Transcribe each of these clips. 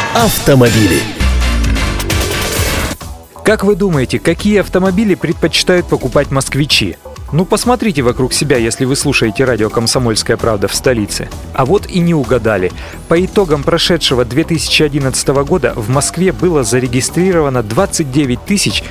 Автомобили. Как вы думаете, какие автомобили предпочитают покупать москвичи? Посмотрите вокруг себя, если вы слушаете радио «Комсомольская правда» в столице. А вот и не угадали. По итогам прошедшего 2011 года в Москве было зарегистрировано 29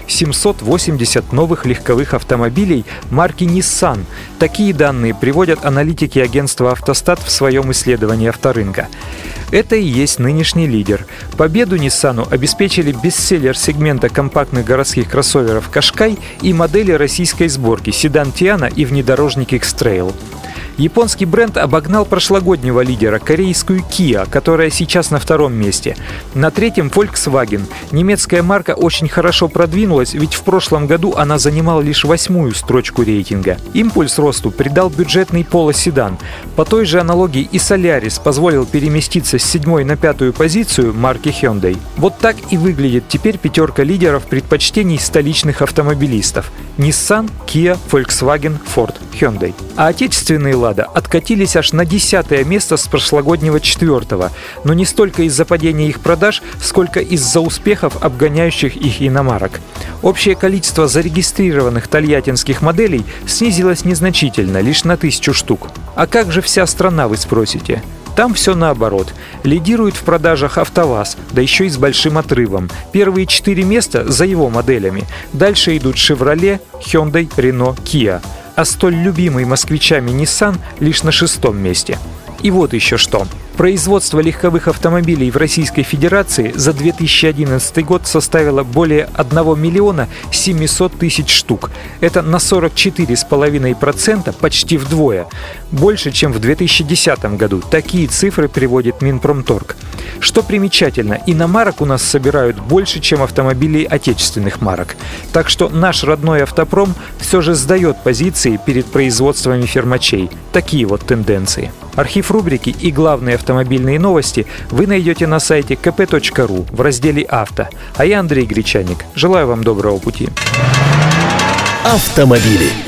780 новых легковых автомобилей марки Nissan. Такие данные приводят аналитики агентства «Автостат» в своем исследовании авторынка. Это и есть нынешний лидер. Победу Ниссану обеспечили бестселлер сегмента компактных городских кроссоверов «Кашкай» и модели российской сборки седан Тиана и внедорожник X-Trail. Японский бренд обогнал прошлогоднего лидера, корейскую Kia, которая сейчас на втором месте. На третьем Volkswagen. Немецкая марка очень хорошо продвинулась, ведь в прошлом году она занимала лишь 8-ю строчку рейтинга. Импульс росту придал бюджетный Polo-седан. По той же аналогии и Solaris позволил переместиться с 7-й на 5-ю позицию марки Hyundai. Вот так и выглядит теперь пятерка лидеров предпочтений столичных автомобилистов: Nissan, Kia, Volkswagen, Ford, Hyundai. А отечественные «Лада» откатились аж на 10-е место с прошлогоднего 4-го, но не столько из-за падения их продаж, сколько из-за успехов обгоняющих их иномарок. Общее количество зарегистрированных тольяттинских моделей снизилось незначительно, лишь на 1000 штук. А как же вся страна, вы спросите? Там все наоборот. Лидирует в продажах АвтоВАЗ, да еще и с большим отрывом. Первые 4 места за его моделями. Дальше идут Chevrolet, Hyundai, Renault, Kia. А столь любимый москвичами Nissan лишь на 6-м месте. И вот еще что. Производство легковых автомобилей в Российской Федерации за 2011 год составило более 1 миллиона 700 тысяч штук. Это на 44,5%, почти вдвое. Больше, чем в 2010 году. Такие цифры приводит Минпромторг. Что примечательно, иномарок у нас собирают больше, чем автомобилей отечественных марок. Так что наш родной автопром все же сдает позиции перед производствами фирмачей. Такие вот тенденции. Архив рубрики и главные автомобильные новости вы найдете на сайте kp.ru в разделе «Авто». А я Андрей Гречаник. Желаю вам доброго пути. Автомобили.